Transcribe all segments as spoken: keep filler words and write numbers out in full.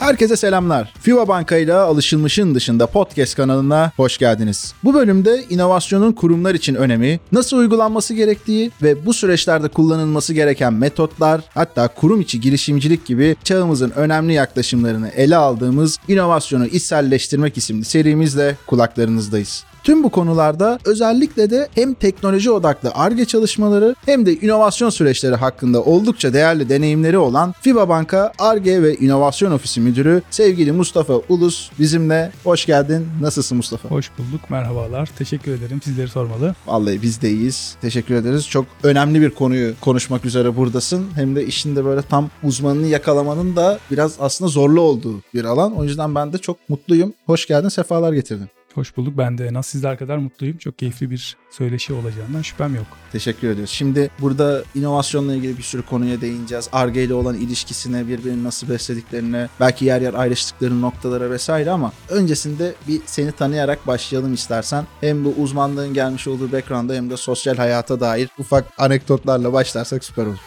Herkese selamlar. FIBA Banka ile alışılmışın dışında podcast kanalına hoş geldiniz. Bu bölümde inovasyonun kurumlar için önemi, nasıl uygulanması gerektiği ve bu süreçlerde kullanılması gereken metotlar, hatta kurum içi girişimcilik gibi çağımızın önemli yaklaşımlarını ele aldığımız inovasyonu içselleştirmek isimli serimizle kulaklarınızdayız. Tüm bu konularda özellikle de hem teknoloji odaklı Ar-Ge çalışmaları hem de inovasyon süreçleri hakkında oldukça değerli deneyimleri olan FIBA Banka Ar-Ge ve İnovasyon Ofisi Müdürü sevgili Mustafa Ulus bizimle. Hoş geldin. Nasılsın Mustafa? Hoş bulduk. Merhabalar. Teşekkür ederim. Sizleri sormalı. Vallahi biz de iyiyiz. Teşekkür ederiz. Çok önemli bir konuyu konuşmak üzere buradasın. Hem de işinde böyle tam uzmanını yakalamanın da biraz aslında zorlu olduğu bir alan. O yüzden ben de çok mutluyum. Hoş geldin. Sefalar getirdin. Hoş bulduk. Ben de en az sizler kadar mutluyum. Çok keyifli bir söyleşi olacağından şüphem yok. Teşekkür ediyoruz. Şimdi burada inovasyonla ilgili bir sürü konuya değineceğiz. Ar-Ge ile olan ilişkisine, birbirini nasıl beslediklerine, belki yer yer ayrıştıkları noktalara vesaire ama öncesinde bir seni tanıyarak başlayalım istersen. Hem bu uzmanlığın gelmiş olduğu background'a hem de sosyal hayata dair ufak anekdotlarla başlarsak süper olur.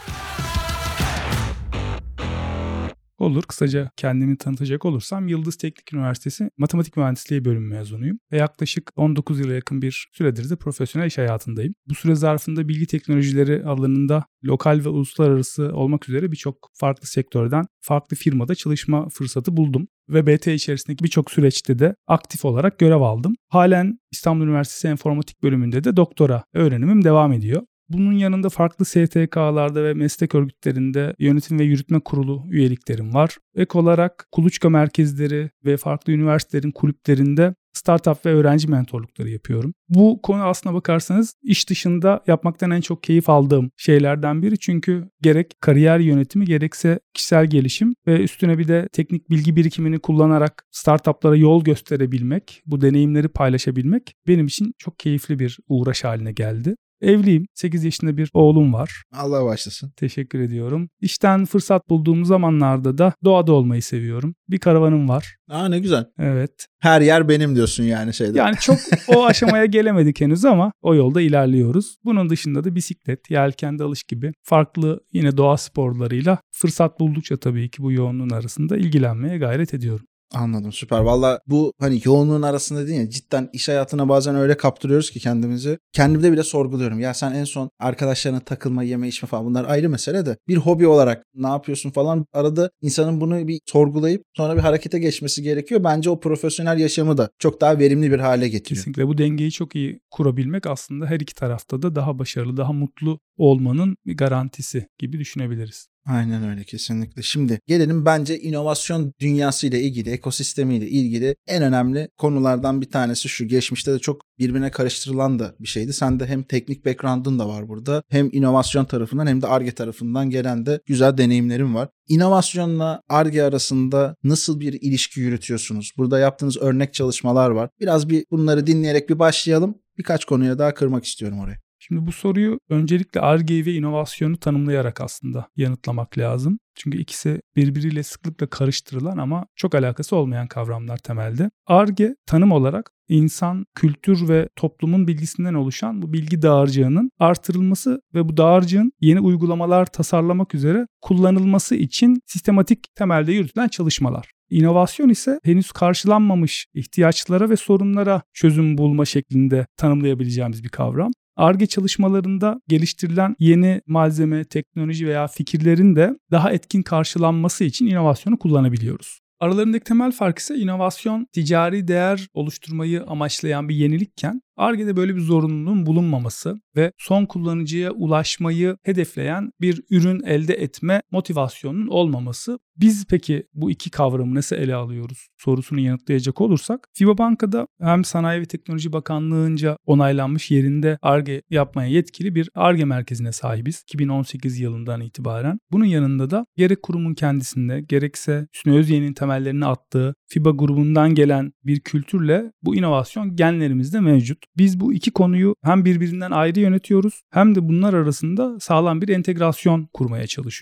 Olur. Kısaca kendimi tanıtacak olursam Yıldız Teknik Üniversitesi Matematik Mühendisliği bölümü mezunuyum ve yaklaşık on dokuz yıla yakın bir süredir de profesyonel iş hayatındayım. Bu süre zarfında bilgi teknolojileri alanında lokal ve uluslararası olmak üzere birçok farklı sektörden farklı firmada çalışma fırsatı buldum ve B T içerisindeki birçok süreçte de aktif olarak görev aldım. Halen İstanbul Üniversitesi Enformatik bölümünde de doktora öğrenimim devam ediyor. Bunun yanında farklı S T K'larda ve meslek örgütlerinde yönetim ve yürütme kurulu üyeliklerim var. Ek olarak kuluçka merkezleri ve farklı üniversitelerin kulüplerinde startup ve öğrenci mentorlukları yapıyorum. Bu konu aslına bakarsanız iş dışında yapmaktan en çok keyif aldığım şeylerden biri. Çünkü gerek kariyer yönetimi gerekse kişisel gelişim ve üstüne bir de teknik bilgi birikimini kullanarak startuplara yol gösterebilmek, bu deneyimleri paylaşabilmek benim için çok keyifli bir uğraş haline geldi. Evliyim. sekiz yaşında bir oğlum var. Allah başlasın. Teşekkür ediyorum. İşten fırsat bulduğum zamanlarda da doğada olmayı seviyorum. Bir karavanım var. Aa ne güzel. Evet. Her yer benim diyorsun yani şeyde. Yani çok o aşamaya gelemedik henüz ama o yolda ilerliyoruz. Bunun dışında da bisiklet, yelken dalış gibi farklı yine doğa sporlarıyla fırsat buldukça tabii ki bu yoğunluğun arasında ilgilenmeye gayret ediyorum. Anladım, süper. Valla bu hani yoğunluğun arasında değil ya, cidden iş hayatına bazen öyle kaptırıyoruz ki kendimizi. Kendimde bile sorguluyorum. Ya sen en son arkadaşlarına takılma, yeme, içme falan bunlar ayrı mesele de bir hobi olarak ne yapıyorsun falan, arada insanın bunu bir sorgulayıp sonra bir harekete geçmesi gerekiyor. Bence o profesyonel yaşamı da çok daha verimli bir hale getiriyor. Kesinlikle bu dengeyi çok iyi kurabilmek aslında her iki tarafta da daha başarılı, daha mutlu olmanın bir garantisi gibi düşünebiliriz. Aynen öyle, kesinlikle. Şimdi gelelim bence inovasyon dünyasıyla ilgili, ekosistemiyle ilgili en önemli konulardan bir tanesi şu. Geçmişte de çok birbirine karıştırılan da bir şeydi. Sen de hem teknik background'un da var burada. Hem inovasyon tarafından hem de Ar-Ge tarafından gelen de güzel deneyimlerim var. İnovasyonla Ar-Ge arasında nasıl bir ilişki yürütüyorsunuz? Burada yaptığınız örnek çalışmalar var. Biraz bir bunları dinleyerek bir başlayalım. Birkaç konuya daha kırmak istiyorum oraya. Şimdi bu soruyu öncelikle Ar-Ge ve inovasyonu tanımlayarak aslında yanıtlamak lazım. Çünkü ikisi birbiriyle sıklıkla karıştırılan ama çok alakası olmayan kavramlar temelde. Ar-Ge tanım olarak insan, kültür ve toplumun bilgisinden oluşan bu bilgi dağarcığının artırılması ve bu dağarcığın yeni uygulamalar tasarlamak üzere kullanılması için sistematik temelde yürütülen çalışmalar. İnovasyon ise henüz karşılanmamış ihtiyaçlara ve sorunlara çözüm bulma şeklinde tanımlayabileceğimiz bir kavram. Ar-Ge çalışmalarında geliştirilen yeni malzeme, teknoloji veya fikirlerin de daha etkin karşılanması için inovasyonu kullanabiliyoruz. Aralarındaki temel fark ise inovasyon ticari değer oluşturmayı amaçlayan bir yenilikken Ar-Ge'de böyle bir zorunluluğun bulunmaması ve son kullanıcıya ulaşmayı hedefleyen bir ürün elde etme motivasyonunun olmaması. Biz peki bu iki kavramı nasıl ele alıyoruz sorusunu yanıtlayacak olursak, FIBA Banka'da hem Sanayi ve Teknoloji Bakanlığı'nca onaylanmış yerinde Ar-Ge yapmaya yetkili bir Ar-Ge merkezine sahibiz iki bin on sekiz yılından itibaren. Bunun yanında da gerek kurumun kendisinde gerekse Hüsnü Özyeğin'in temellerini attığı FIBA grubundan gelen bir kültürle bu inovasyon genlerimizde mevcut. Biz bu iki konuyu hem birbirinden ayrı yönetiyoruz hem de bunlar arasında sağlam bir entegrasyon kurmaya çalışıyoruz.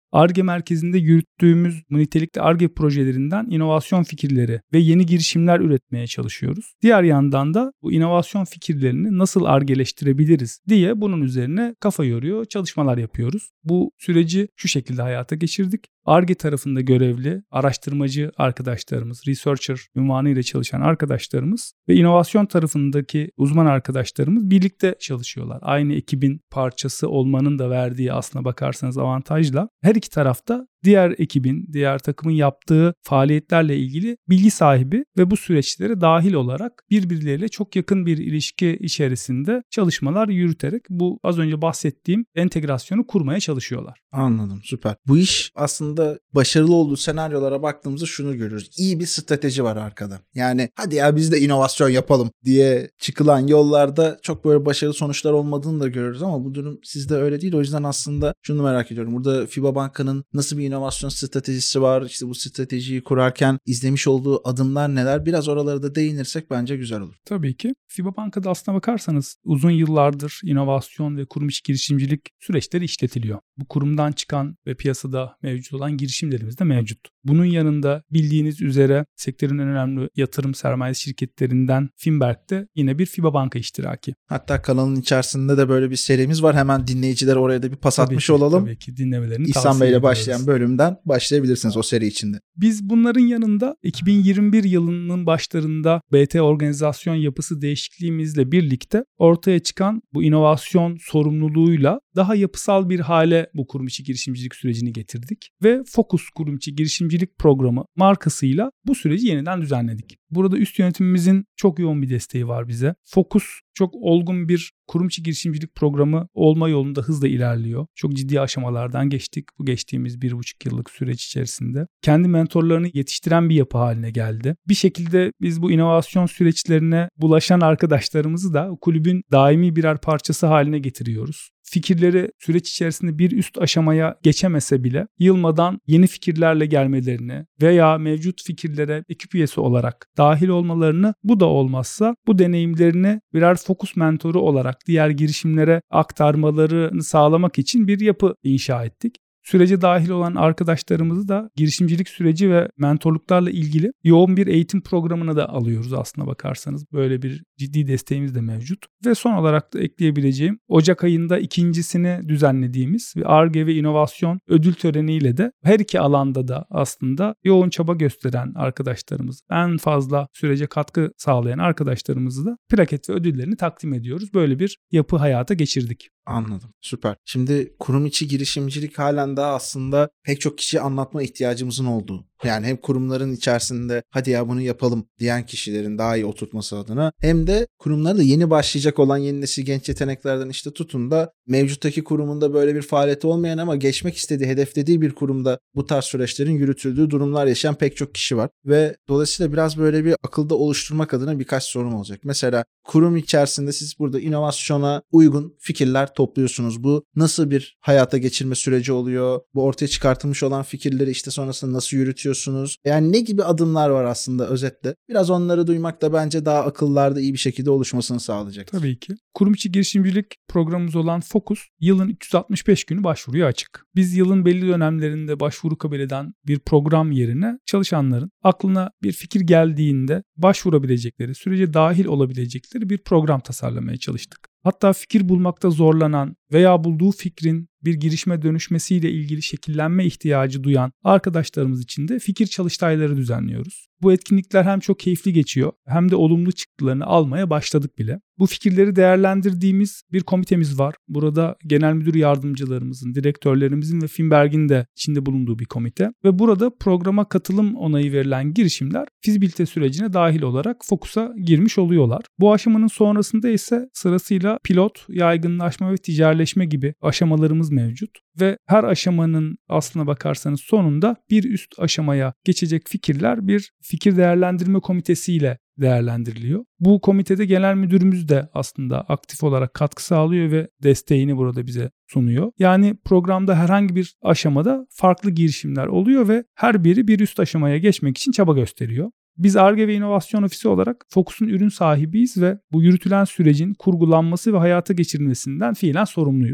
Ar-Ge merkezinde yürüttüğümüz nitelikli Ar-Ge projelerinden inovasyon fikirleri ve yeni girişimler üretmeye çalışıyoruz. Diğer yandan da bu inovasyon fikirlerini nasıl Ar-Ge'leştirebiliriz diye bunun üzerine kafa yoruyor, çalışmalar yapıyoruz. Bu süreci şu şekilde hayata geçirdik. Ar-Ge tarafında görevli araştırmacı arkadaşlarımız, researcher ünvanıyla çalışan arkadaşlarımız ve inovasyon tarafındaki uzman arkadaşlarımız birlikte çalışıyorlar. Aynı ekibin parçası olmanın da verdiği aslına bakarsanız avantajla her iki tarafta diğer ekibin, diğer takımın yaptığı faaliyetlerle ilgili bilgi sahibi ve bu süreçlere dahil olarak birbirleriyle çok yakın bir ilişki içerisinde çalışmalar yürüterek bu az önce bahsettiğim entegrasyonu kurmaya çalışıyorlar. Anladım, süper. Bu iş aslında başarılı olduğu senaryolara baktığımızda şunu görüyoruz. İyi bir strateji var arkada. Yani hadi ya biz de inovasyon yapalım diye çıkılan yollarda çok böyle başarılı sonuçlar olmadığını da görüyoruz ama bu durum sizde öyle değil. O yüzden aslında şunu merak ediyorum. Burada FIBA Banka'nın nasıl bir inovasyon stratejisi var? İşte bu stratejiyi kurarken izlemiş olduğu adımlar neler? Biraz oralara da değinirsek bence güzel olur. Tabii ki. FIBA Banka'da aslına bakarsanız uzun yıllardır inovasyon ve kurum içi girişimcilik süreçleri işletiliyor. Bu kurumdan çıkan ve piyasada mevcut olan girişimlerimiz de mevcut. Bunun yanında bildiğiniz üzere sektörün en önemli yatırım sermayesi şirketlerinden Finberg'de yine bir FIBA Banka iştiraki. Hatta kanalın içerisinde de böyle bir serimiz var. Hemen dinleyiciler oraya da bir pas tabii atmış ki, olalım. Tabii ki dinlemelerini İhsan tavsiye Bey ile ediyoruz. başlayan bölümden başlayabilirsiniz o seri içinde. Biz bunların yanında iki bin yirmi bir yılının başlarında B T organizasyon yapısı değişikliğimizle birlikte ortaya çıkan bu inovasyon sorumluluğuyla daha yapısal bir hale bu kurum içi girişimcilik sürecini getirdik ve Focus Kurum İçi Girişimcilik Programı markasıyla bu süreci yeniden düzenledik. Burada üst yönetimimizin çok yoğun bir desteği var bize. Focus çok olgun bir kurum içi girişimcilik programı olma yolunda hızla ilerliyor. Çok ciddi aşamalardan geçtik bu geçtiğimiz bir buçuk yıllık süreç içerisinde. Kendi mentorlarını yetiştiren bir yapı haline geldi. Bir şekilde biz bu inovasyon süreçlerine bulaşan arkadaşlarımızı da kulübün daimi birer parçası haline getiriyoruz. Fikirleri süreç içerisinde bir üst aşamaya geçemese bile yılmadan yeni fikirlerle gelmelerini veya mevcut fikirlere ekip üyesi olarak dahil olmalarını, bu da olmazsa bu deneyimlerini birer fokus mentoru olarak diğer girişimlere aktarmalarını sağlamak için bir yapı inşa ettik. Sürece dahil olan arkadaşlarımızı da girişimcilik süreci ve mentorluklarla ilgili yoğun bir eğitim programına da alıyoruz aslına bakarsanız. Böyle bir ciddi desteğimiz de mevcut. Ve son olarak da ekleyebileceğim Ocak ayında ikincisini düzenlediğimiz bir Ar-Ge ve inovasyon ödül töreniyle de her iki alanda da aslında yoğun çaba gösteren arkadaşlarımız, en fazla sürece katkı sağlayan arkadaşlarımızı da plaket ve ödüllerini takdim ediyoruz. Böyle bir yapı hayata geçirdik. Anladım. Süper. Şimdi kurum içi girişimcilik halen daha aslında pek çok kişiye anlatma ihtiyacımızın olduğu. Yani hem kurumların içerisinde hadi ya bunu yapalım diyen kişilerin daha iyi oturtması adına hem de kurumlarda yeni başlayacak olan yeni nesil genç yeteneklerden işte tutun da mevcuttaki kurumunda böyle bir faaliyeti olmayan ama geçmek istediği, hedeflediği bir kurumda bu tarz süreçlerin yürütüldüğü durumlar yaşayan pek çok kişi var. Ve dolayısıyla biraz böyle bir akılda oluşturmak adına birkaç sorum olacak. Mesela kurum içerisinde siz burada inovasyona uygun fikirler topluyorsunuz. Bu nasıl bir hayata geçirme süreci oluyor? Bu ortaya çıkartılmış olan fikirleri işte sonrasında nasıl yürütüyorsunuz? Yani ne gibi adımlar var aslında özetle? Biraz onları duymak da bence daha akıllarda iyi bir şekilde oluşmasını sağlayacak. Tabii ki. Kurum içi girişimcilik programımız olan Focus yılın üç yüz altmış beş günü başvuruya açık. Biz yılın belli dönemlerinde başvuru kabul eden bir program yerine çalışanların aklına bir fikir geldiğinde başvurabilecekleri, sürece dahil olabilecekleri bir program tasarlamaya çalıştık. Hatta fikir bulmakta zorlanan veya bulduğu fikrin bir girişime dönüşmesiyle ilgili şekillenme ihtiyacı duyan arkadaşlarımız için de fikir çalıştayları düzenliyoruz. Bu etkinlikler hem çok keyifli geçiyor hem de olumlu çıktılarını almaya başladık bile. Bu fikirleri değerlendirdiğimiz bir komitemiz var. Burada genel müdür yardımcılarımızın, direktörlerimizin ve Finberg'in de içinde bulunduğu bir komite. Ve burada programa katılım onayı verilen girişimler fizibilite sürecine dahil olarak Focus'a girmiş oluyorlar. Bu aşamanın sonrasında ise sırasıyla pilot, yaygınlaşma ve ticarileşme gibi aşamalarımız mevcut. Ve her aşamanın aslına bakarsanız sonunda bir üst aşamaya geçecek fikirler bir fikir değerlendirme komitesiyle değerlendiriliyor. Bu komitede genel müdürümüz de aslında aktif olarak katkı sağlıyor ve desteğini burada bize sunuyor. Yani programda herhangi bir aşamada farklı girişimler oluyor ve her biri bir üst aşamaya geçmek için çaba gösteriyor. Biz Ar-Ge ve İnovasyon Ofisi olarak Focus'un ürün sahibiyiz ve bu yürütülen sürecin kurgulanması ve hayata geçirilmesinden fiilen sorumluyuz.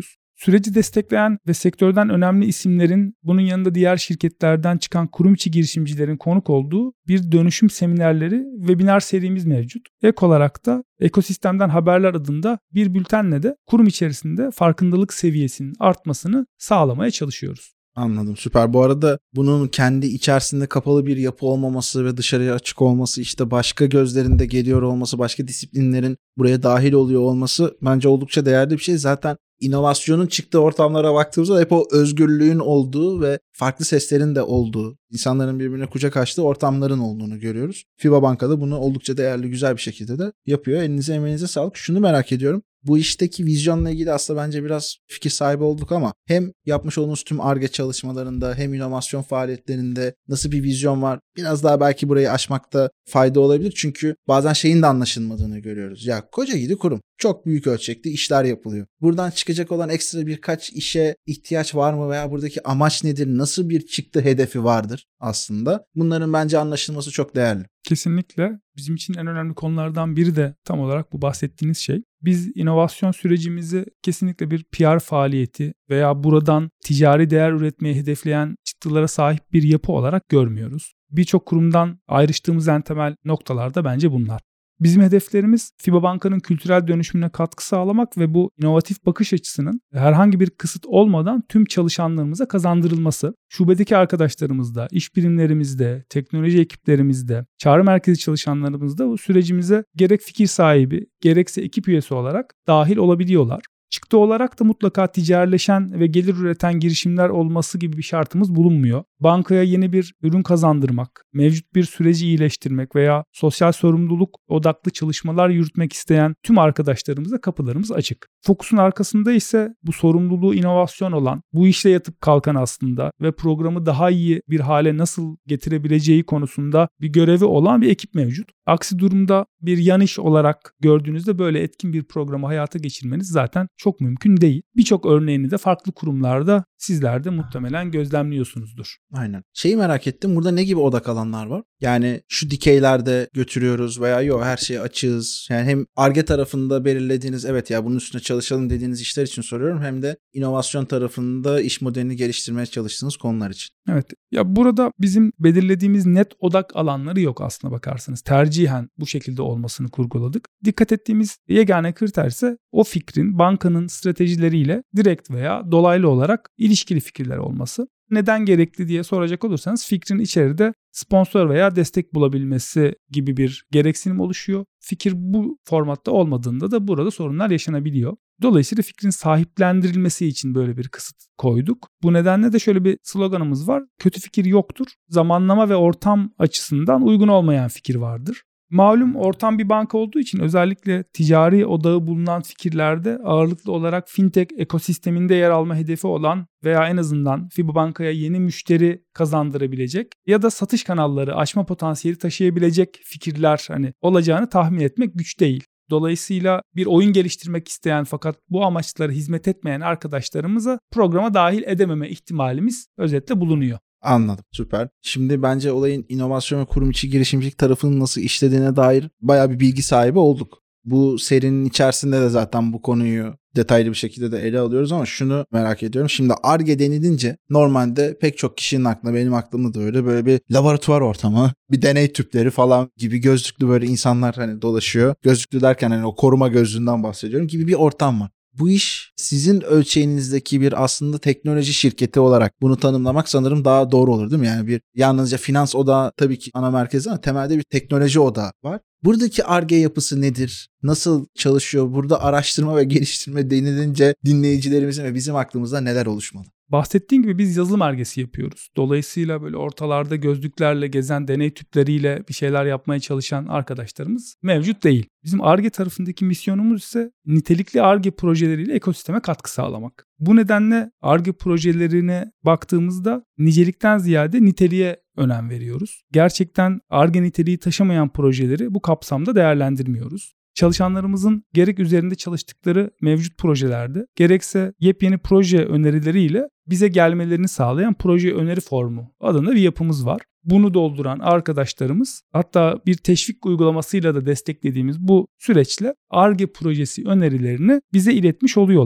Süreci destekleyen ve sektörden önemli isimlerin, bunun yanında diğer şirketlerden çıkan kurum içi girişimcilerin konuk olduğu bir dönüşüm seminerleri, webinar serimiz mevcut. Ek olarak da Ekosistemden Haberler adında bir bültenle de kurum içerisinde farkındalık seviyesinin artmasını sağlamaya çalışıyoruz. Anladım, süper. Bu arada bunun kendi içerisinde kapalı bir yapı olmaması ve dışarıya açık olması, işte başka gözlerin de geliyor olması, başka disiplinlerin buraya dahil oluyor olması bence oldukça değerli bir şey. Zaten inovasyonun çıktığı ortamlara baktığımızda hep o özgürlüğün olduğu ve farklı seslerin de olduğu, insanların birbirine kucak açtığı ortamların olduğunu görüyoruz. FIBA Banka'da bunu oldukça değerli, güzel bir şekilde de yapıyor. Elinize emeğinize sağlık. Şunu merak ediyorum. Bu işteki vizyonla ilgili aslında bence biraz fikir sahibi olduk ama hem yapmış olduğunuz tüm Ar-Ge çalışmalarında hem inovasyon faaliyetlerinde nasıl bir vizyon var? Biraz daha belki burayı aşmakta fayda olabilir. Çünkü bazen şeyin de anlaşılmadığını görüyoruz. Ya koca gidi kurum. Çok büyük ölçekli işler yapılıyor. Buradan çıkacak olan ekstra birkaç işe ihtiyaç var mı veya buradaki amaç nedir? Nasıl bir çıktı hedefi vardır aslında? Bunların bence anlaşılması çok değerli. Kesinlikle. Bizim için en önemli konulardan biri de tam olarak bu bahsettiğiniz şey. Biz inovasyon sürecimizi kesinlikle bir P R faaliyeti veya buradan ticari değer üretmeyi hedefleyen çıktılara sahip bir yapı olarak görmüyoruz. Birçok kurumdan ayrıştığımız en temel noktalar da bence bunlar. Bizim hedeflerimiz FIBA Banka'nın kültürel dönüşümüne katkı sağlamak ve bu inovatif bakış açısının herhangi bir kısıt olmadan tüm çalışanlarımıza kazandırılması. Şubedeki arkadaşlarımızda, iş birimlerimizde, teknoloji ekiplerimizde, çağrı merkezi çalışanlarımızda bu sürecimize gerek fikir sahibi, gerekse ekip üyesi olarak dahil olabiliyorlar. Çıktı olarak da mutlaka ticarileşen ve gelir üreten girişimler olması gibi bir şartımız bulunmuyor. Bankaya yeni bir ürün kazandırmak, mevcut bir süreci iyileştirmek veya sosyal sorumluluk odaklı çalışmalar yürütmek isteyen tüm arkadaşlarımıza kapılarımız açık. Fokusun arkasında ise bu sorumluluğu inovasyon olan, bu işle yatıp kalkan aslında ve programı daha iyi bir hale nasıl getirebileceği konusunda bir görevi olan bir ekip mevcut. Aksi durumda bir yan iş olarak gördüğünüzde böyle etkin bir programı hayata geçirmeniz zaten çok mümkün değil. Birçok örneğini de farklı kurumlarda sizler de muhtemelen gözlemliyorsunuzdur. Aynen. Şeyi merak ettim. Burada ne gibi odak alanlar var? Yani şu dikeylerde götürüyoruz veya yok her şeye açığız. Yani hem Ar-Ge tarafında belirlediğiniz evet ya bunun üstüne çalışalım dediğiniz işler için soruyorum. Hem de inovasyon tarafında iş modelini geliştirmeye çalıştığınız konular için. Evet. Ya burada bizim belirlediğimiz net odak alanları yok aslına bakarsanız. Tercihen bu şekilde olmasını kurguladık. Dikkat ettiğimiz yegane kriter ise o fikrin bankanın stratejileriyle direkt veya dolaylı olarak ilişkili fikirler olması. Neden gerekli diye soracak olursanız fikrin içeride sponsor veya destek bulabilmesi gibi bir gereksinim oluşuyor. Fikir bu formatta olmadığında da burada sorunlar yaşanabiliyor. Dolayısıyla fikrin sahiplendirilmesi için böyle bir kısıt koyduk. Bu nedenle de şöyle bir sloganımız var. Kötü fikir yoktur. Zamanlama ve ortam açısından uygun olmayan fikir vardır. Malum ortam bir banka olduğu için özellikle ticari odağı bulunan fikirlerde ağırlıklı olarak fintech ekosisteminde yer alma hedefi olan veya en azından FIBA Banka'ya yeni müşteri kazandırabilecek ya da satış kanalları aşma potansiyeli taşıyabilecek fikirler hani olacağını tahmin etmek güç değil. Dolayısıyla bir oyun geliştirmek isteyen fakat bu amaçlara hizmet etmeyen arkadaşlarımıza programa dahil edememe ihtimalimiz özetle bulunuyor. Anladım. Süper. Şimdi bence olayın inovasyon ve kurum içi girişimcilik tarafının nasıl işlediğine dair bayağı bir bilgi sahibi olduk. Bu serinin içerisinde de zaten bu konuyu detaylı bir şekilde de ele alıyoruz ama şunu merak ediyorum. Şimdi Ar-Ge denilince normalde pek çok kişinin aklına, benim aklımda da öyle böyle bir laboratuvar ortamı, bir deney tüpleri falan gibi gözlüklü böyle insanlar hani dolaşıyor. Gözlüklü derken hani o koruma gözlüğünden bahsediyorum gibi bir ortam var. Bu iş sizin ölçeğinizdeki bir aslında teknoloji şirketi olarak bunu tanımlamak sanırım daha doğru olur değil mi? Yani bir yalnızca finans odağı tabii ki ana merkezi ama temelde bir teknoloji odağı var. Buradaki Ar-Ge yapısı nedir? Nasıl çalışıyor? Burada araştırma ve geliştirme denilince dinleyicilerimizin ve bizim aklımızda neler oluşmalı? Bahsettiğim gibi biz yazılım Ar-Ge'si yapıyoruz. Dolayısıyla böyle ortalarda gözlüklerle gezen, deney tüpleriyle bir şeyler yapmaya çalışan arkadaşlarımız mevcut değil. Bizim Ar-Ge tarafındaki misyonumuz ise nitelikli Ar-Ge projeleriyle ekosisteme katkı sağlamak. Bu nedenle Ar-Ge projelerine baktığımızda nicelikten ziyade niteliğe önem veriyoruz. Gerçekten Ar-Ge niteliği taşımayan projeleri bu kapsamda değerlendirmiyoruz. Çalışanlarımızın gerek üzerinde çalıştıkları mevcut projelerde gerekse yepyeni proje önerileriyle bize gelmelerini sağlayan proje öneri formu adında bir yapımız var. Bunu dolduran arkadaşlarımız hatta bir teşvik uygulamasıyla da desteklediğimiz bu süreçle Ar-Ge projesi önerilerini bize iletmiş oluyorlar.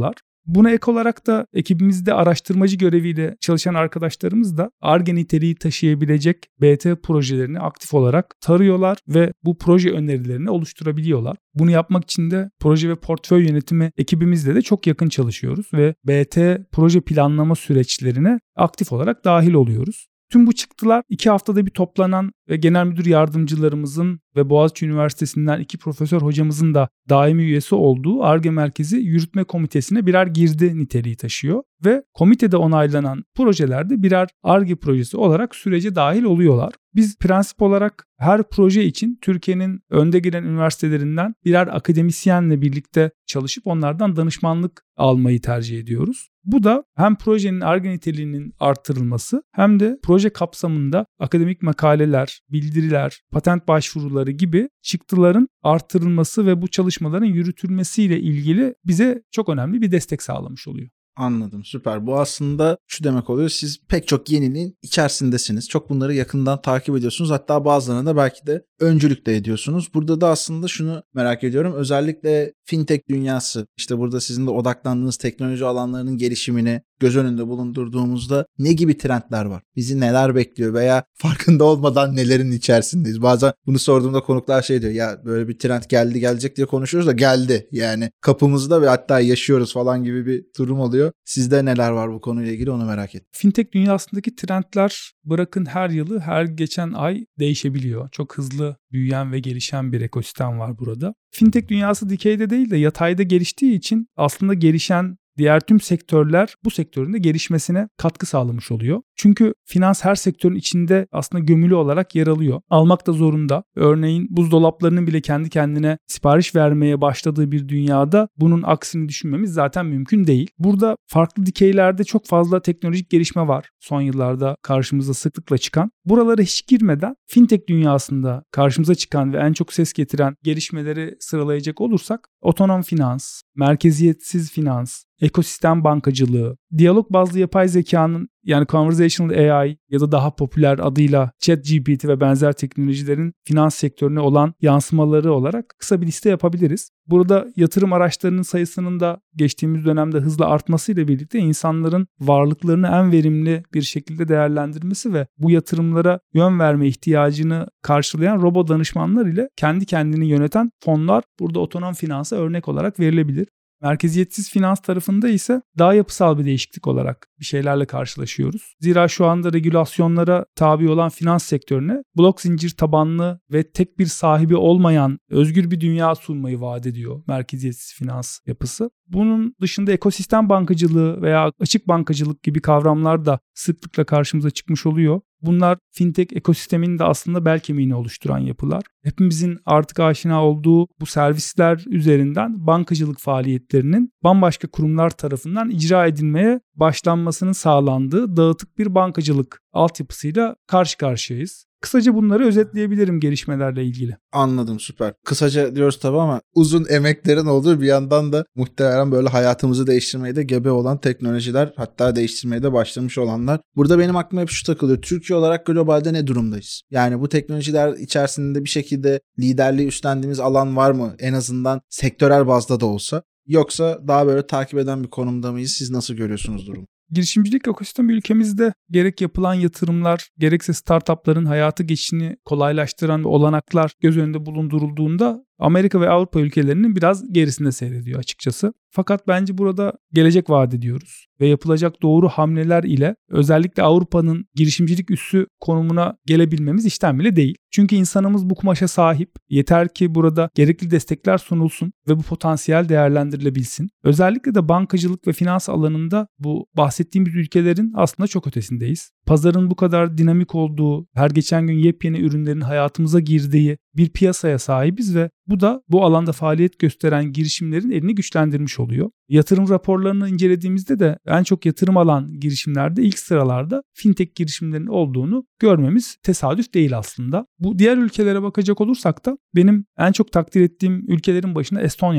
Buna ek olarak da ekibimizde araştırmacı göreviyle çalışan arkadaşlarımız da Ar-Ge niteliği taşıyabilecek B T projelerini aktif olarak tarıyorlar ve bu proje önerilerini oluşturabiliyorlar. Bunu yapmak için de proje ve portföy yönetimi ekibimizle de çok yakın çalışıyoruz ve B T proje planlama süreçlerine aktif olarak dahil oluyoruz. Tüm bu çıktılar iki haftada bir toplanan ve genel müdür yardımcılarımızın ve Boğaziçi Üniversitesi'nden iki profesör hocamızın da daimi üyesi olduğu Ar-Ge Merkezi Yürütme Komitesi'ne birer girdi niteliği taşıyor ve komitede onaylanan projelerde birer Ar-Ge projesi olarak sürece dahil oluyorlar. Biz prensip olarak her proje için Türkiye'nin önde gelen üniversitelerinden birer akademisyenle birlikte çalışıp onlardan danışmanlık almayı tercih ediyoruz. Bu da hem projenin Ar-Ge niteliğinin arttırılması hem de proje kapsamında akademik makaleler, bildiriler, patent başvuruları gibi çıktıların arttırılması ve bu çalışmaların yürütülmesiyle ilgili bize çok önemli bir destek sağlamış oluyor. Anladım, süper. Bu aslında şu demek oluyor: siz pek çok yeniliğin içerisindesiniz. Çok bunları yakından takip ediyorsunuz. Hatta bazılarına da belki de öncülük de ediyorsunuz. Burada da aslında şunu merak ediyorum. Özellikle fintech dünyası, işte burada sizin de odaklandığınız teknoloji alanlarının gelişimini göz önünde bulundurduğumuzda ne gibi trendler var? Bizi neler bekliyor veya farkında olmadan nelerin içerisindeyiz? Bazen bunu sorduğumda konuklar şey diyor: ya böyle bir trend geldi gelecek diye konuşuyoruz da geldi. Yani kapımızda ve hatta yaşıyoruz falan gibi bir durum oluyor. Sizde neler var bu konuyla ilgili, onu merak ettim. Fintech dünyasındaki trendler bırakın her yılı, her geçen ay değişebiliyor. Çok hızlı büyüyen ve gelişen bir ekosistem var burada. Fintech dünyası dikeyde değil de yatayda geliştiği için aslında gelişen diğer tüm sektörler bu sektörün de gelişmesine katkı sağlamış oluyor. Çünkü finans her sektörün içinde aslında gömülü olarak yer alıyor. Almak da zorunda. Örneğin buzdolaplarının bile kendi kendine sipariş vermeye başladığı bir dünyada bunun aksini düşünmemiz zaten mümkün değil. Burada farklı dikeylerde çok fazla teknolojik gelişme var. Son yıllarda karşımıza sıklıkla çıkan. Buralara hiç girmeden fintech dünyasında karşımıza çıkan ve en çok ses getiren gelişmeleri sıralayacak olursak otonom finans, merkeziyetsiz finans, ekosistem bankacılığı, diyalog bazlı yapay zekanın yani conversational A I ya da daha popüler adıyla ChatGPT ve benzer teknolojilerin finans sektörüne olan yansımaları olarak kısa bir liste yapabiliriz. Burada yatırım araçlarının sayısının da geçtiğimiz dönemde hızla artmasıyla birlikte insanların varlıklarını en verimli bir şekilde değerlendirmesi ve bu yatırımlara yön verme ihtiyacını karşılayan robo danışmanlar ile kendi kendini yöneten fonlar burada otonom finansa örnek olarak verilebilir. Merkeziyetsiz finans tarafında ise daha yapısal bir değişiklik olarak bir şeylerle karşılaşıyoruz. Zira şu anda regülasyonlara tabi olan finans sektörüne blok zincir tabanlı ve tek bir sahibi olmayan özgür bir dünya sunmayı vaat ediyor merkeziyetsiz finans yapısı. Bunun dışında ekosistem bankacılığı veya açık bankacılık gibi kavramlar da sıklıkla karşımıza çıkmış oluyor. Bunlar fintech ekosisteminin de aslında bel kemiğini oluşturan yapılar. Hepimizin artık aşina olduğu bu servisler üzerinden bankacılık faaliyetlerinin bambaşka kurumlar tarafından icra edilmeye başlanmasının sağlandığı dağıtık bir bankacılık altyapısıyla karşı karşıyayız. Kısaca bunları özetleyebilirim gelişmelerle ilgili. Anladım, süper. Kısaca diyoruz tabii ama uzun emeklerin olduğu, bir yandan da muhtemelen böyle hayatımızı değiştirmeye de gebe olan teknolojiler, hatta değiştirmeye de başlamış olanlar. Burada benim aklıma hep şu takılıyor: Türkiye olarak globalde ne durumdayız? Yani bu teknolojiler içerisinde bir şekilde liderliği üstlendiğimiz alan var mı? En azından sektörel bazda da olsa. Yoksa daha böyle takip eden bir konumda mıyız? Siz nasıl görüyorsunuz durumu? Girişimcilik ekosistemi ülkemizde gerek yapılan yatırımlar gerekse startupların hayatı geçişini kolaylaştıran ve olanaklar göz önünde bulundurulduğunda Amerika ve Avrupa ülkelerinin biraz gerisinde seyrediyor açıkçası. Fakat bence burada gelecek vaat ediyoruz ve yapılacak doğru hamleler ile özellikle Avrupa'nın girişimcilik üssü konumuna gelebilmemiz işten bile değil. Çünkü insanımız bu kumaşa sahip. Yeter ki burada gerekli destekler sunulsun ve bu potansiyel değerlendirilebilsin. Özellikle de bankacılık ve finans alanında bu bahsettiğimiz ülkelerin aslında çok ötesindeyiz. Pazarın bu kadar dinamik olduğu, her geçen gün yepyeni ürünlerin hayatımıza girdiği bir piyasaya sahibiz ve bu da bu alanda faaliyet gösteren girişimlerin elini güçlendirmiş oluyor. Yatırım raporlarını incelediğimizde de en çok yatırım alan girişimlerde ilk sıralarda fintech girişimlerinin olduğunu görmemiz tesadüf değil aslında. Bu diğer ülkelere bakacak olursak da benim en çok takdir ettiğim ülkelerin başında Estonya var.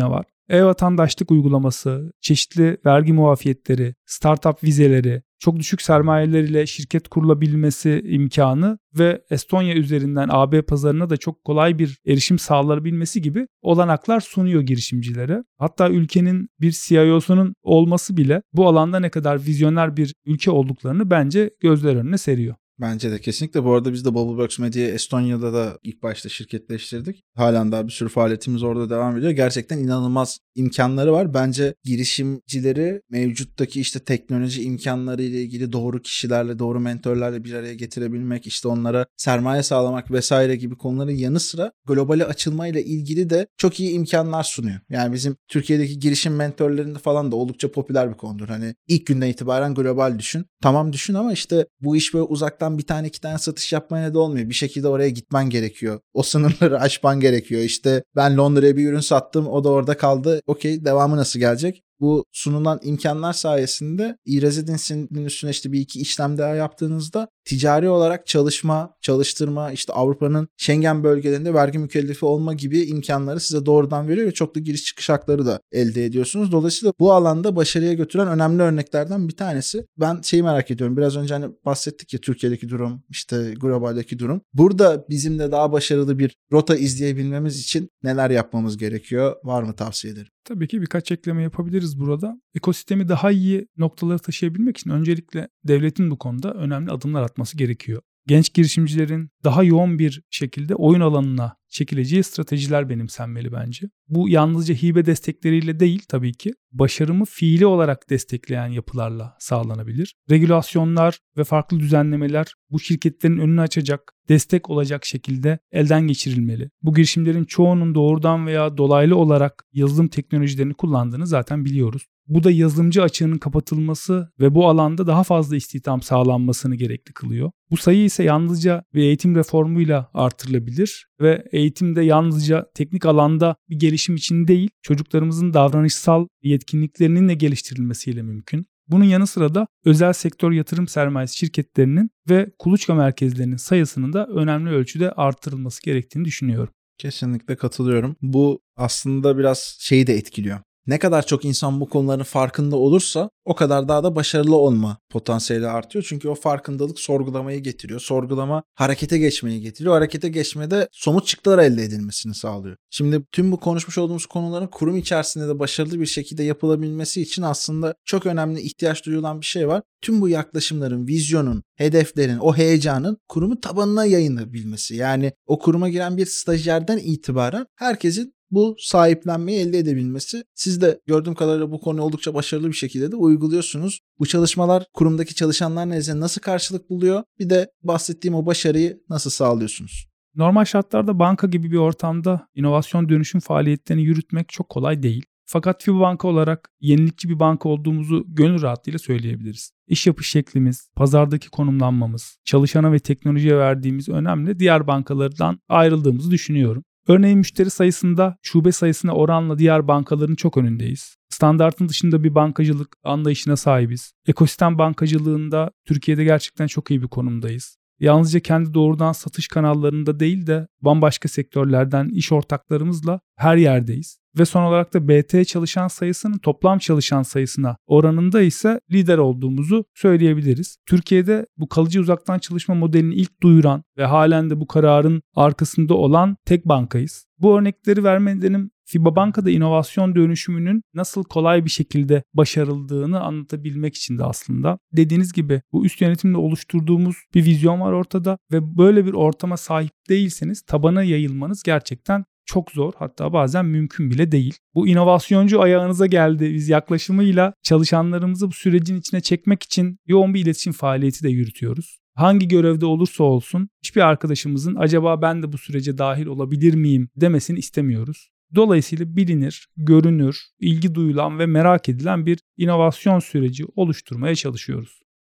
E-vatandaşlık uygulaması, çeşitli vergi muafiyetleri, startup vizeleri, çok düşük sermayeler ile şirket kurulabilmesi imkanı ve Estonya üzerinden A B pazarına da çok kolay bir erişim sağlanabilmesi gibi olanaklar sunuyor girişimcilere. Hatta ülkenin bir C E O'sunun olması bile bu alanda ne kadar vizyoner bir ülke olduklarını bence gözler önüne seriyor. Bence de kesinlikle. Bu arada biz de Bubbleworks Media'yı Estonya'da da ilk başta şirketleştirdik. Halen daha bir sürü faaliyetimiz orada devam ediyor. Gerçekten inanılmaz imkanları var. Bence girişimcileri mevcuttaki işte teknoloji imkanları ile ilgili doğru kişilerle, doğru mentörlerle bir araya getirebilmek, işte onlara sermaye sağlamak vesaire gibi konuların yanı sıra globale açılmayla ilgili de çok iyi imkanlar sunuyor. Yani bizim Türkiye'deki girişim mentörlerinde falan da oldukça popüler bir konudur. Hani ilk günden itibaren global düşün. Tamam düşün ama işte bu iş böyle uzaktan bir tane iki tane satış yapmaya da olmuyor. Bir şekilde oraya gitmen gerekiyor. O sınırları aşman gerekiyor. İşte ben Londra'ya bir ürün sattım, o da orada kaldı. Okey, devamı nasıl gelecek? Bu sunulan imkanlar sayesinde e-residency'nin üstüne işte bir iki işlem daha yaptığınızda ticari olarak çalışma, çalıştırma, işte Avrupa'nın Schengen bölgelerinde vergi mükellefi olma gibi imkanları size doğrudan veriyor ve çok da giriş çıkış hakları da elde ediyorsunuz. Dolayısıyla bu alanda başarıya götüren önemli örneklerden bir tanesi. Ben şeyi merak ediyorum. Biraz önce hani bahsettik ya Türkiye'deki durum, işte globaldeki durum. Burada bizim de daha başarılı bir rota izleyebilmemiz için neler yapmamız gerekiyor? Var mı tavsiyeleri? Tabii ki birkaç ekleme yapabiliriz burada. Ekosistemi daha iyi noktalara taşıyabilmek için öncelikle devletin bu konuda önemli adımlar atması gerekiyor. Genç girişimcilerin daha yoğun bir şekilde oyun alanına çekileceği stratejiler benimsenmeli bence. Bu yalnızca hibe destekleriyle değil tabii ki, başarımı fiili olarak destekleyen yapılarla sağlanabilir. Regülasyonlar ve farklı düzenlemeler bu şirketlerin önünü açacak, destek olacak şekilde elden geçirilmeli. Bu girişimlerin çoğunun doğrudan veya dolaylı olarak yazılım teknolojilerini kullandığını zaten biliyoruz. Bu da yazılımcı açığının kapatılması ve bu alanda daha fazla istihdam sağlanmasını gerekli kılıyor. Bu sayı ise yalnızca bir eğitim reformuyla artırılabilir ve eğitimde yalnızca teknik alanda bir gelişim için değil, çocuklarımızın davranışsal yetkinliklerinin de geliştirilmesiyle mümkün. Bunun yanı sıra da özel sektör yatırım sermayesi şirketlerinin ve kuluçka merkezlerinin sayısının da önemli ölçüde artırılması gerektiğini düşünüyorum. Kesinlikle katılıyorum. Bu aslında biraz şeyi de etkiliyor. Ne kadar çok insan bu konuların farkında olursa o kadar daha da başarılı olma potansiyeli artıyor. Çünkü o farkındalık sorgulamayı getiriyor. Sorgulama harekete geçmeyi getiriyor. Harekete geçmede somut çıktılar elde edilmesini sağlıyor. Şimdi tüm bu konuşmuş olduğumuz konuların kurum içerisinde de başarılı bir şekilde yapılabilmesi için aslında çok önemli ihtiyaç duyulan bir şey var. Tüm bu yaklaşımların, vizyonun, hedeflerin, o heyecanın kurumun tabanına yayılabilmesi. Yani o kuruma giren bir stajyerden itibaren herkesin bu sahiplenmeyi elde edebilmesi. Siz de gördüğüm kadarıyla bu konuyu oldukça başarılı bir şekilde de uyguluyorsunuz. Bu çalışmalar kurumdaki çalışanlar nezdinde nasıl karşılık buluyor? Bir de bahsettiğim o başarıyı nasıl sağlıyorsunuz? Normal şartlarda banka gibi bir ortamda inovasyon dönüşüm faaliyetlerini yürütmek çok kolay değil. Fakat FiboBanka olarak yenilikçi bir banka olduğumuzu gönül rahatlığıyla söyleyebiliriz. İş yapış şeklimiz, pazardaki konumlanmamız, çalışana ve teknolojiye verdiğimiz önemli diğer bankalardan ayrıldığımızı düşünüyorum. Örneğin müşteri sayısında şube sayısına oranla diğer bankaların çok önündeyiz. Standartın dışında bir bankacılık anlayışına sahibiz. Ekosistem bankacılığında Türkiye'de gerçekten çok iyi bir konumdayız. Yalnızca kendi doğrudan satış kanallarında değil de bambaşka sektörlerden iş ortaklarımızla her yerdeyiz. Ve son olarak da B T çalışan sayısının toplam çalışan sayısına oranında ise lider olduğumuzu söyleyebiliriz. Türkiye'de bu kalıcı uzaktan çalışma modelini ilk duyuran ve halen de bu kararın arkasında olan tek bankayız. Bu örnekleri verme nedenim FiboBanka'da inovasyon dönüşümünün nasıl kolay bir şekilde başarıldığını anlatabilmek için de aslında. Dediğiniz gibi bu üst yönetimle oluşturduğumuz bir vizyon var ortada ve böyle bir ortama sahip değilseniz tabana yayılmanız gerçekten çok zor, hatta bazen mümkün bile değil. Bu inovasyoncu ayağınıza geldi biz yaklaşımıyla çalışanlarımızı bu sürecin içine çekmek için yoğun bir iletişim faaliyeti de yürütüyoruz. Hangi görevde olursa olsun hiçbir arkadaşımızın acaba ben de bu sürece dahil olabilir miyim demesini istemiyoruz. Dolayısıyla bilinir, görünür, ilgi duyulan ve merak edilen bir inovasyon süreci oluşturmaya çalışıyoruz.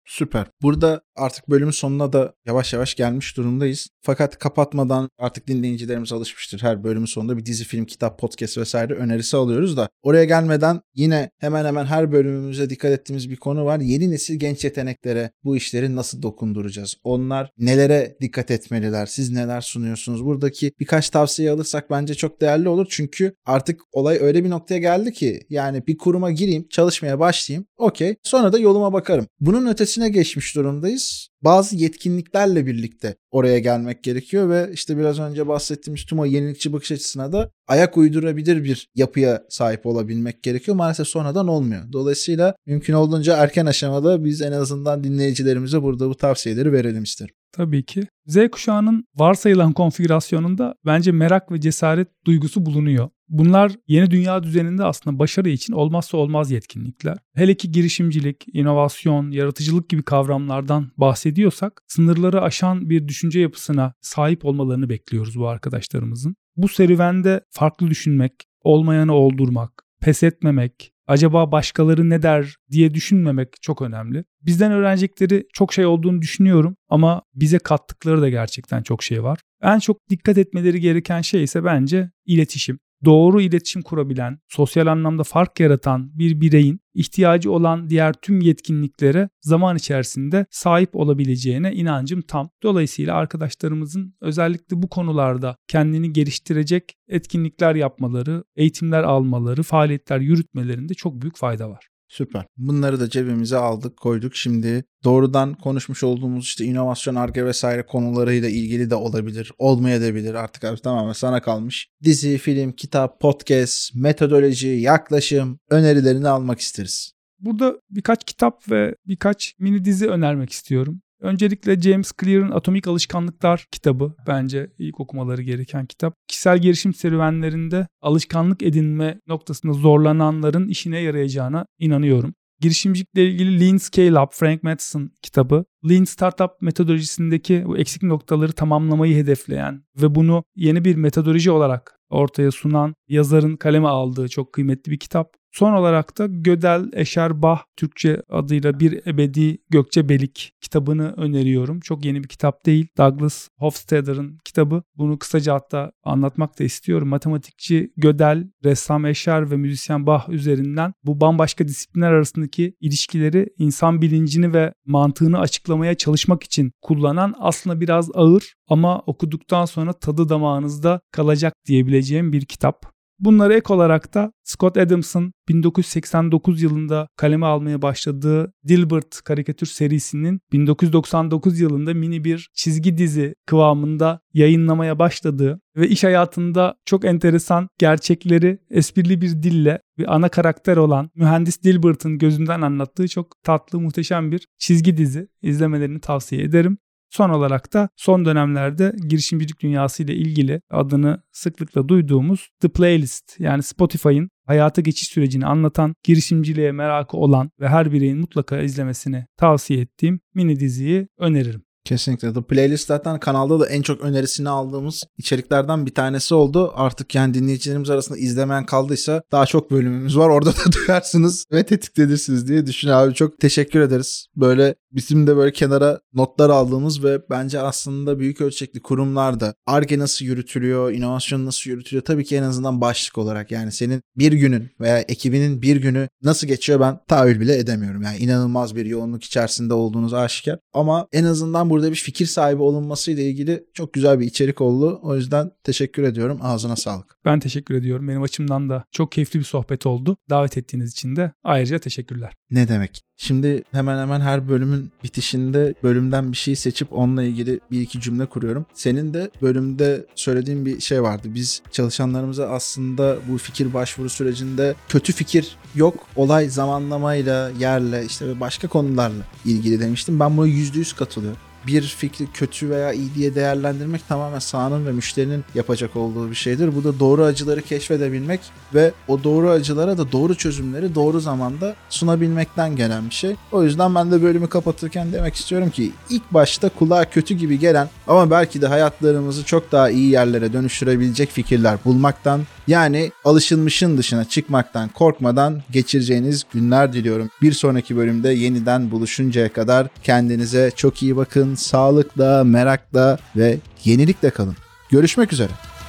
Süper. Burada artık bölümün sonuna da yavaş yavaş gelmiş durumdayız. Fakat kapatmadan artık dinleyicilerimiz alışmıştır. Her bölümün sonunda bir dizi, film, kitap, podcast vesaire önerisi alıyoruz da oraya gelmeden yine hemen hemen her bölümümüze dikkat ettiğimiz bir konu var. Yeni nesil genç yeteneklere bu işleri nasıl dokunduracağız? Onlar nelere dikkat etmeliler? Siz neler sunuyorsunuz? Buradaki birkaç tavsiye alırsak bence çok değerli olur. Çünkü artık olay öyle bir noktaya geldi ki yani bir kuruma gireyim, çalışmaya başlayayım. Okey. Sonra da yoluma bakarım. Bunun ötesine geçmiş durumdayız. Bazı yetkinliklerle birlikte oraya gelmek gerekiyor ve işte biraz önce bahsettiğimiz tüm o yenilikçi bakış açısına da ayak uydurabilir bir yapıya sahip olabilmek gerekiyor. Maalesef sonradan olmuyor. Dolayısıyla mümkün olduğunca erken aşamada biz en azından dinleyicilerimize burada bu tavsiyeleri verelim isterim. Tabii ki. Z kuşağının varsayılan konfigürasyonunda bence merak ve cesaret duygusu bulunuyor. Bunlar yeni dünya düzeninde aslında başarı için olmazsa olmaz yetkinlikler. Hele ki girişimcilik, inovasyon, yaratıcılık gibi kavramlardan bahsediyorsak sınırları aşan bir düşünce yapısına sahip olmalarını bekliyoruz bu arkadaşlarımızın. Bu serüvende farklı düşünmek, olmayanı oldurmak, pes etmemek, acaba başkaları ne der diye düşünmemek çok önemli. Bizden öğrenecekleri çok şey olduğunu düşünüyorum ama bize kattıkları da gerçekten çok şey var. En çok dikkat etmeleri gereken şey ise bence iletişim. Doğru iletişim kurabilen, sosyal anlamda fark yaratan bir bireyin ihtiyacı olan diğer tüm yetkinliklere zaman içerisinde sahip olabileceğine inancım tam. Dolayısıyla arkadaşlarımızın özellikle bu konularda kendini geliştirecek etkinlikler yapmaları, eğitimler almaları, faaliyetler yürütmelerinde çok büyük fayda var. Süper. Bunları da cebimize aldık, koyduk. Şimdi doğrudan konuşmuş olduğumuz işte inovasyon, Ar-Ge vesaire konularıyla ilgili de olabilir, olmayabilir. Artık abi tamamen sana kalmış. Dizi, film, kitap, podcast, metodoloji, yaklaşım önerilerini almak isteriz. Burada birkaç kitap ve birkaç mini dizi önermek istiyorum. Öncelikle James Clear'ın Atomik Alışkanlıklar kitabı bence ilk okumaları gereken kitap. Kişisel gelişim serüvenlerinde alışkanlık edinme noktasında zorlananların işine yarayacağına inanıyorum. Girişimcilikle ilgili Lean Scale Up, Frank Mattson kitabı, Lean Startup metodolojisindeki bu eksik noktaları tamamlamayı hedefleyen ve bunu yeni bir metodoloji olarak ortaya sunan yazarın kaleme aldığı çok kıymetli bir kitap. Son olarak da Gödel Eşerbah Türkçe adıyla Bir Ebedi Gökçebelik kitabını öneriyorum. Çok yeni bir kitap değil. Douglas Hofstadter'ın kitabı. Bunu kısaca hatta anlatmak da istiyorum. Matematikçi Gödel, ressam Escher ve müzisyen Bach üzerinden bu bambaşka disiplinler arasındaki ilişkileri insan bilincini ve mantığını açıklamaya çalışmak için kullanan aslında biraz ağır ama okuduktan sonra tadı damağınızda kalacak diyebileceğim bir kitap. Bunlara ek olarak da Scott Adams'ın bin dokuz yüz seksen dokuz yılında kaleme almaya başladığı Dilbert karikatür serisinin bin dokuz yüz doksan dokuz yılında mini bir çizgi dizi kıvamında yayınlamaya başladığı ve iş hayatında çok enteresan gerçekleri esprili bir dille bir ana karakter olan mühendis Dilbert'ın gözünden anlattığı çok tatlı, muhteşem bir çizgi dizi. İzlemelerini tavsiye ederim. Son olarak da son dönemlerde girişimcilik dünyası ile ilgili adını sıklıkla duyduğumuz The Playlist, yani Spotify'ın hayata geçiş sürecini anlatan, girişimciliğe merakı olan ve her bireyin mutlaka izlemesini tavsiye ettiğim mini diziyi öneririm. Kesinlikle. The Playlist zaten kanalda da en çok önerisini aldığımız içeriklerden bir tanesi oldu. Artık yani dinleyicilerimiz arasında izlemeyen kaldıysa daha çok bölümümüz var. Orada da duyarsınız ve tetiklenirsiniz diye düşünüyorum abi. Çok teşekkür ederiz. Böyle bizim de böyle kenara notlar aldığımız ve bence aslında büyük ölçekli kurumlarda Ar-Ge nasıl yürütülüyor, inovasyon nasıl yürütülüyor? Tabii ki en azından başlık olarak yani senin bir günün veya ekibinin bir günü nasıl geçiyor ben tahayyül bile edemiyorum. Yani inanılmaz bir yoğunluk içerisinde olduğunuz aşikar. Ama en azından burada bir fikir sahibi olunması ile ilgili çok güzel bir içerik oldu. O yüzden teşekkür ediyorum. Ağzına sağlık. Ben teşekkür ediyorum. Benim açımdan da çok keyifli bir sohbet oldu. Davet ettiğiniz için de ayrıca teşekkürler. Ne demek? Şimdi hemen hemen her bölümün bitişinde bölümden bir şey seçip onunla ilgili bir iki cümle kuruyorum. Senin de bölümde söylediğin bir şey vardı. Biz çalışanlarımıza aslında bu fikir başvuru sürecinde kötü fikir yok. Olay zamanlamayla, yerle işte ve başka konularla ilgili demiştim. Ben buna yüzde yüz katılıyorum. Bir fikri kötü veya iyi diye değerlendirmek tamamen sahanın ve müşterinin yapacak olduğu bir şeydir. Bu da doğru acıları keşfedebilmek ve o doğru acılara da doğru çözümleri doğru zamanda sunabilmekten gelen bir şey. O yüzden ben de bölümü kapatırken demek istiyorum ki ilk başta kulağa kötü gibi gelen ama belki de hayatlarımızı çok daha iyi yerlere dönüştürebilecek fikirler bulmaktan Yani alışılmışın dışına çıkmaktan korkmadan geçireceğiniz günler diliyorum. Bir sonraki bölümde yeniden buluşuncaya kadar kendinize çok iyi bakın. Sağlıkla, merakla ve yenilikle kalın. Görüşmek üzere.